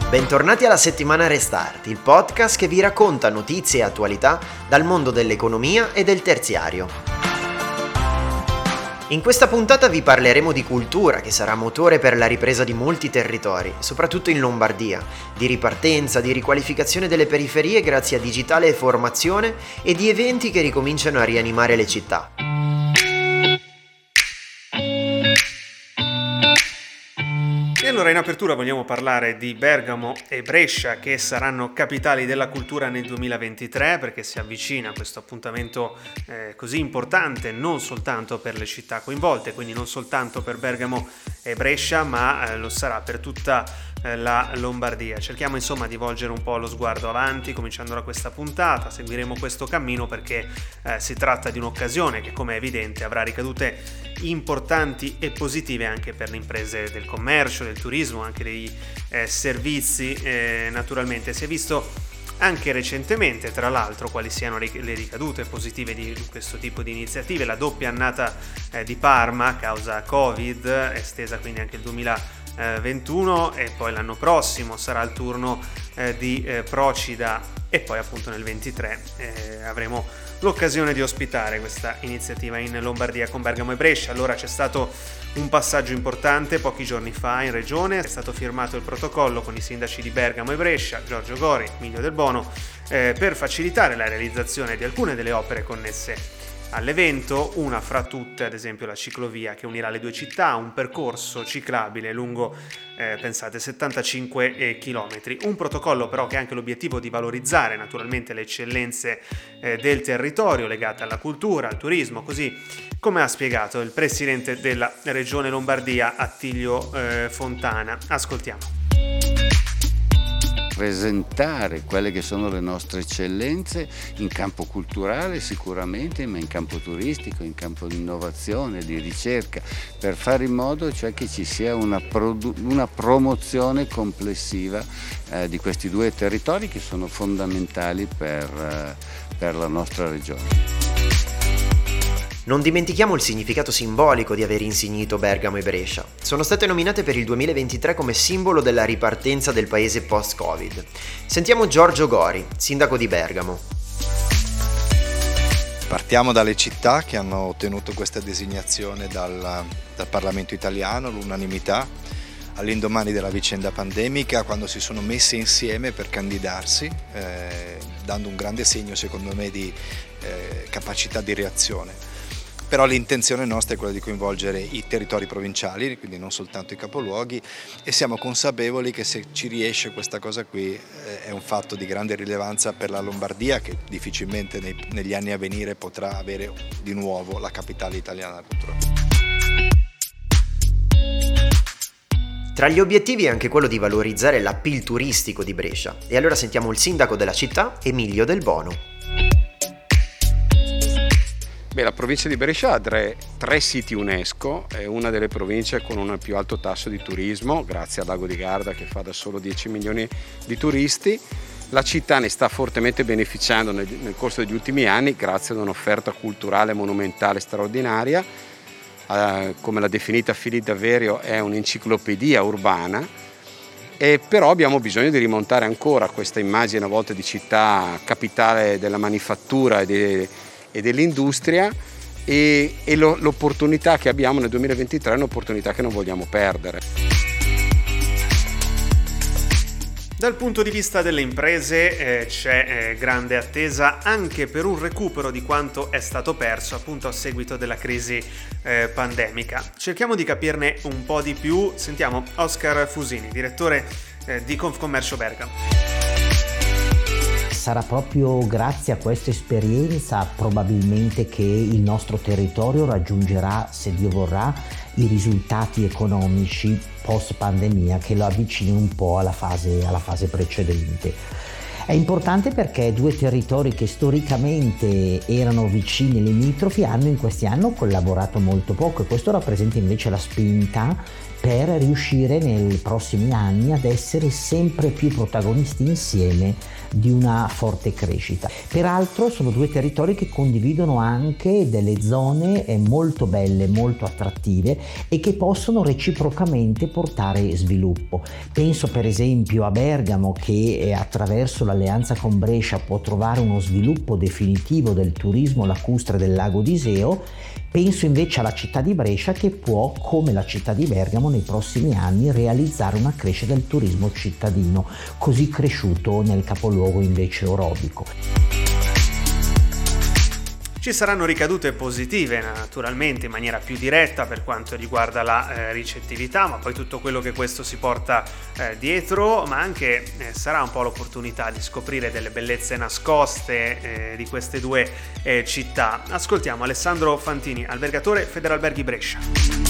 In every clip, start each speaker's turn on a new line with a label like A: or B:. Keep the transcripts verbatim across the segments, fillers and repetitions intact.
A: Bentornati alla settimana Restart, il podcast che vi racconta notizie e attualità dal mondo dell'economia e del terziario. In questa puntata vi parleremo di cultura, che sarà motore per la ripresa di molti territori, soprattutto in Lombardia, di ripartenza, di riqualificazione delle periferie grazie a digitale e formazione e di eventi che ricominciano a rianimare le città.
B: E allora in apertura vogliamo parlare di Bergamo e Brescia, che saranno capitali della cultura nel duemilaventitré, perché si avvicina questo appuntamento eh, così importante non soltanto per le città coinvolte, quindi non soltanto per Bergamo e Brescia, ma eh, lo sarà per tutta eh, la Lombardia. Cerchiamo insomma di volgere un po' lo sguardo avanti, cominciando da questa puntata. Seguiremo questo cammino perché eh, si tratta di un'occasione che, come è evidente, avrà ricadute importanti e positive anche per le imprese del commercio, del turismo, anche dei eh, servizi. Eh, naturalmente si è visto anche recentemente, tra l'altro, quali siano le ricadute positive di questo tipo di iniziative. La doppia annata eh, di Parma a causa Covid, estesa quindi anche il duemilaventuno, e poi l'anno prossimo sarà il turno eh, di eh, Procida, e poi appunto nel ventitré eh, avremo l'occasione di ospitare questa iniziativa in Lombardia con Bergamo e Brescia. Allora c'è stato un passaggio importante pochi giorni fa in regione, è stato firmato il protocollo con i sindaci di Bergamo e Brescia, Giorgio Gori, Emilio Del Bono, eh, per facilitare la realizzazione di alcune delle opere connesse all'evento, una fra tutte ad esempio la ciclovia che unirà le due città, un percorso ciclabile lungo eh, pensate settantacinque chilometri, un protocollo però che ha anche l'obiettivo di valorizzare naturalmente le eccellenze eh, del territorio legate alla cultura, al turismo, così come ha spiegato il presidente della regione Lombardia Attilio eh, Fontana. Ascoltiamo.
C: Presentare quelle che sono le nostre eccellenze in campo culturale sicuramente, ma in campo turistico, in campo di innovazione, di ricerca, per fare in modo cioè che ci sia una, produ- una promozione complessiva eh, di questi due territori che sono fondamentali per, eh, per la nostra regione.
A: Non dimentichiamo il significato simbolico di aver insignito Bergamo e Brescia. Sono state nominate per il duemilaventitré come simbolo della ripartenza del paese post-Covid. Sentiamo Giorgio Gori, sindaco di Bergamo.
D: Partiamo dalle città che hanno ottenuto questa designazione dal, dal Parlamento italiano, l'unanimità, all'indomani della vicenda pandemica, quando si sono messe insieme per candidarsi, eh, dando un grande segno secondo me di eh, capacità di reazione. Però l'intenzione nostra è quella di coinvolgere i territori provinciali, quindi non soltanto i capoluoghi, e siamo consapevoli che se ci riesce questa cosa qui eh, è un fatto di grande rilevanza per la Lombardia, che difficilmente nei, negli anni a venire potrà avere di nuovo la capitale italiana della cultura.
A: Tra gli obiettivi è anche quello di valorizzare l'appeal turistico di Brescia, e allora sentiamo il sindaco della città, Emilio Del Bono.
E: Beh, la provincia di Brescia ha tre, tre siti UNESCO, è una delle province con un più alto tasso di turismo, grazie al lago di Garda che fa da solo dieci milioni di turisti. La città ne sta fortemente beneficiando nel, nel corso degli ultimi anni grazie ad un'offerta culturale monumentale straordinaria, eh, come l'ha definita Philippe Daverio, è un'enciclopedia urbana. E però abbiamo bisogno di rimontare ancora questa immagine a volte di città capitale della manifattura e di e dell'industria, e, e lo, l'opportunità che abbiamo nel duemilaventitré è un'opportunità che non vogliamo perdere.
B: Dal punto di vista delle imprese eh, c'è eh, grande attesa anche per un recupero di quanto è stato perso appunto a seguito della crisi eh, pandemica. Cerchiamo di capirne un po' di più. Sentiamo Oscar Fusini, direttore eh, di Confcommercio Bergamo.
F: Sarà proprio grazie a questa esperienza probabilmente che il nostro territorio raggiungerà, se Dio vorrà, i risultati economici post pandemia che lo avvicini un po' alla fase, alla fase precedente. È importante perché due territori che storicamente erano vicini e limitrofi hanno in questi anni collaborato molto poco, e questo rappresenta invece la spinta per riuscire nei prossimi anni ad essere sempre più protagonisti insieme di una forte crescita. Peraltro sono due territori che condividono anche delle zone molto belle, molto attrattive e che possono reciprocamente portare sviluppo. Penso per esempio a Bergamo, che attraverso l'alleanza con Brescia può trovare uno sviluppo definitivo del turismo lacustre del lago d'Iseo. Penso invece alla città di Brescia, che può, come la città di Bergamo, nei prossimi anni realizzare una crescita del turismo cittadino, così cresciuto nel capoluogo invece orobico.
B: Ci saranno ricadute positive naturalmente in maniera più diretta per quanto riguarda la eh, ricettività, ma poi tutto quello che questo si porta eh, dietro, ma anche eh, sarà un po' l'opportunità di scoprire delle bellezze nascoste eh, di queste due eh, città. Ascoltiamo Alessandro Fantini, albergatore Federalberghi Brescia.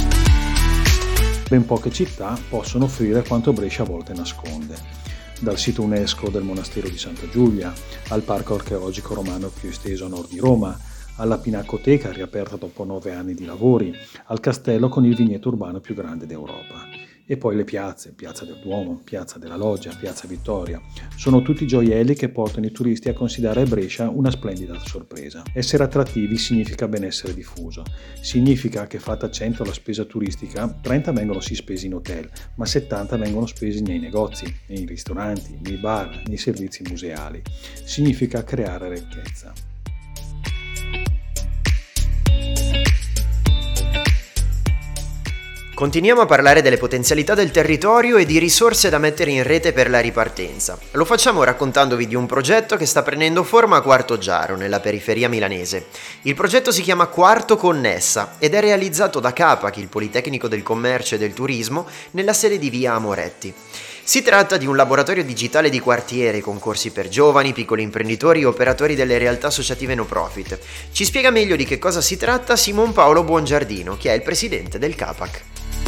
G: Ben poche città possono offrire quanto Brescia a volte nasconde. Dal sito UNESCO del monastero di Santa Giulia, al parco archeologico romano più esteso a nord di Roma, alla Pinacoteca riaperta dopo nove anni di lavori, al castello con il vigneto urbano più grande d'Europa. E poi le piazze, Piazza del Duomo, Piazza della Loggia, Piazza Vittoria, sono tutti gioielli che portano i turisti a considerare Brescia una splendida sorpresa. Essere attrattivi significa benessere diffuso, significa che fatta cento alla spesa turistica, trenta vengono sì spesi in hotel, ma settanta vengono spesi nei negozi, nei ristoranti, nei bar, nei servizi museali. Significa creare ricchezza.
A: Continuiamo a parlare delle potenzialità del territorio e di risorse da mettere in rete per la ripartenza. Lo facciamo raccontandovi di un progetto che sta prendendo forma a Quartoggiaro, nella periferia milanese. Il progetto si chiama Quarto Connessa ed è realizzato da Capac, il Politecnico del Commercio e del Turismo, nella sede di via Amoretti. Si tratta di un laboratorio digitale di quartiere con corsi per giovani, piccoli imprenditori e operatori delle realtà associative no profit. Ci spiega meglio di che cosa si tratta Simon Paolo Buongiardino, che è il presidente del Capac.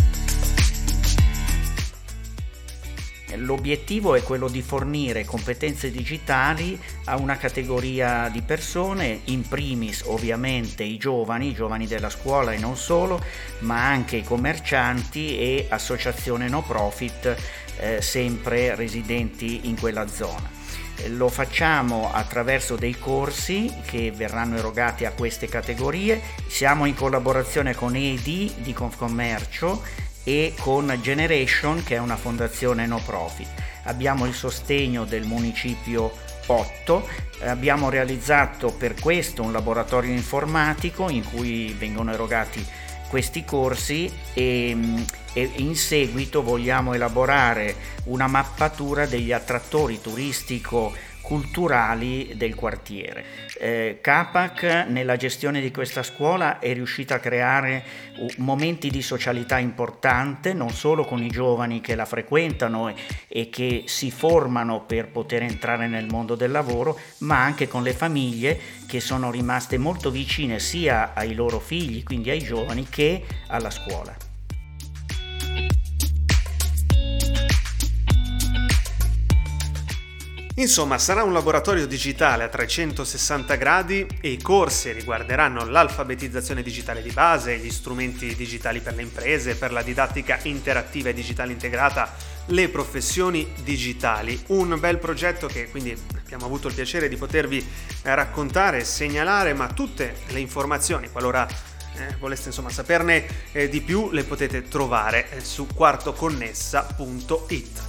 H: L'obiettivo è quello di fornire competenze digitali a una categoria di persone, in primis ovviamente i giovani, i giovani della scuola e non solo, ma anche i commercianti e associazioni no profit eh, sempre residenti in quella zona. Lo facciamo attraverso dei corsi che verranno erogati a queste categorie. Siamo in collaborazione con E D di Confcommercio e con Generation, che è una fondazione no profit. Abbiamo il sostegno del municipio otto, abbiamo realizzato per questo un laboratorio informatico in cui vengono erogati questi corsi e, e in seguito vogliamo elaborare una mappatura degli attrattori turistico culturali del quartiere. Eh, Capac nella gestione di questa scuola è riuscita a creare momenti di socialità importante, non solo con i giovani che la frequentano e, e che si formano per poter entrare nel mondo del lavoro, ma anche con le famiglie che sono rimaste molto vicine sia ai loro figli, quindi ai giovani, che alla scuola.
B: Insomma, sarà un laboratorio digitale a trecentosessanta gradi e i corsi riguarderanno l'alfabetizzazione digitale di base, gli strumenti digitali per le imprese, per la didattica interattiva e digitale integrata, le professioni digitali. Un bel progetto che quindi abbiamo avuto il piacere di potervi raccontare e segnalare, ma tutte le informazioni, qualora eh, voleste insomma saperne eh, di più, le potete trovare eh, su quartoconnessa punto it.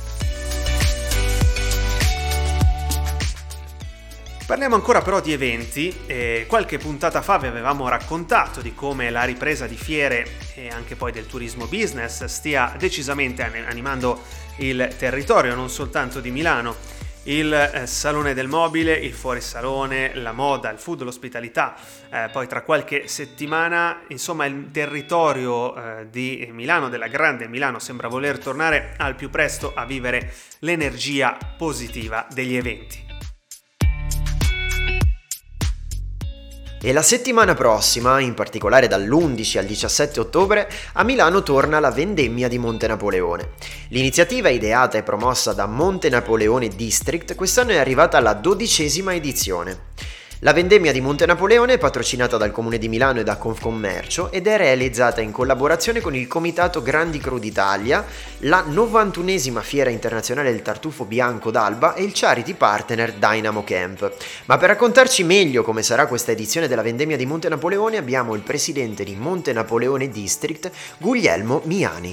B: Parliamo ancora però di eventi. Eh, qualche puntata fa vi avevamo raccontato di come la ripresa di fiere e anche poi del turismo business stia decisamente animando il territorio, non soltanto di Milano. Il eh, Salone del Mobile, il Fuorisalone, la moda, il food, l'ospitalità, eh, poi tra qualche settimana, insomma, il territorio eh, di Milano, della grande Milano, sembra voler tornare al più presto a vivere l'energia positiva degli eventi.
A: E la settimana prossima, in particolare dall'undici al diciassette ottobre, a Milano torna la Vendemmia di Monte Napoleone. L'iniziativa, ideata e promossa da Monte Napoleone District, quest'anno è arrivata alla dodicesima edizione. La Vendemmia di Monte Napoleone è patrocinata dal Comune di Milano e da Confcommercio ed è realizzata in collaborazione con il Comitato Grandi Cru d'Italia, la novantunesima Fiera Internazionale del Tartufo Bianco d'Alba e il charity partner Dynamo Camp. Ma per raccontarci meglio come sarà questa edizione della Vendemmia di Monte Napoleone abbiamo il presidente di Monte Napoleone District, Guglielmo Miani.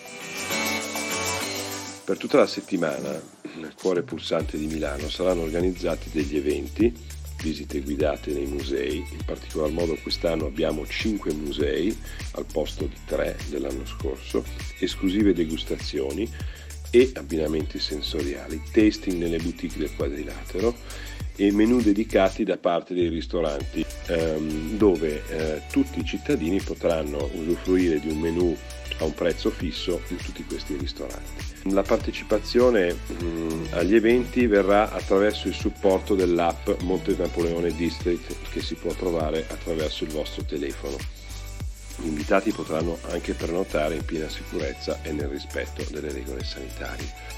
I: Per tutta la settimana, nel cuore pulsante di Milano, saranno organizzati degli eventi, visite guidate nei musei. In particolar modo quest'anno abbiamo cinque musei al posto di tre dell'anno scorso, esclusive degustazioni e abbinamenti sensoriali, tasting nelle boutique del Quadrilatero e menù dedicati da parte dei ristoranti, ehm, dove eh, tutti i cittadini potranno usufruire di un menù a un prezzo fisso in tutti questi ristoranti. La partecipazione mh, agli eventi verrà attraverso il supporto dell'app Monte Napoleone District, che si può trovare attraverso il vostro telefono. Gli invitati potranno anche prenotare in piena sicurezza e nel rispetto delle regole sanitarie.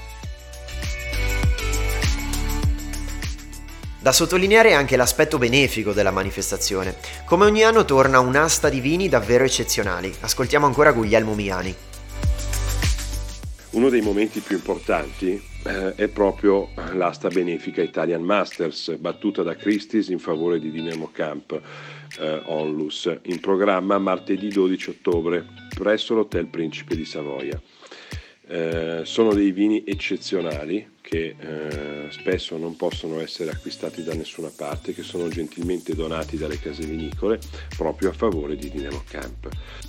A: Da sottolineare anche l'aspetto benefico della manifestazione. Come ogni anno torna un'asta di vini davvero eccezionali. Ascoltiamo ancora Guglielmo Miani.
I: Uno dei momenti più importanti eh, è proprio l'asta benefica Italian Masters, battuta da Christie's in favore di Dynamo Camp eh, Onlus, in programma martedì dodici ottobre presso l'Hotel Principe di Savoia. Eh, sono dei vini eccezionali che eh, spesso non possono essere acquistati da nessuna parte, che sono gentilmente donati dalle case vinicole proprio a favore di Dynamo Camp.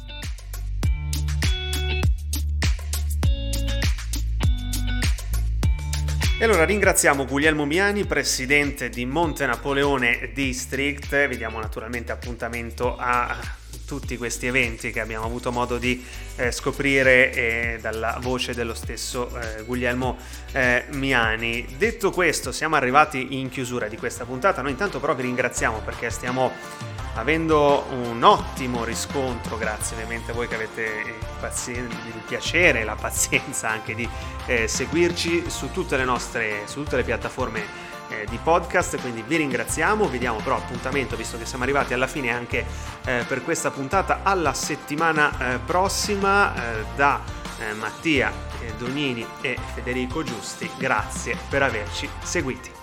B: E allora ringraziamo Guglielmo Miani, presidente di Monte Napoleone District. Vi diamo naturalmente appuntamento a tutti questi eventi che abbiamo avuto modo di eh, scoprire eh, dalla voce dello stesso eh, Guglielmo eh, Miani. Detto questo, siamo arrivati in chiusura di questa puntata. Noi intanto però vi ringraziamo perché stiamo avendo un ottimo riscontro, grazie ovviamente a voi che avete il, pazien- il piacere e la pazienza anche di eh, seguirci su tutte le nostre, su tutte le piattaforme eh, di podcast, quindi vi ringraziamo, vi diamo però appuntamento, visto che siamo arrivati alla fine anche eh, per questa puntata, alla settimana eh, prossima eh, da eh, Mattia eh, Donini e Federico Giusti. Grazie per averci seguiti.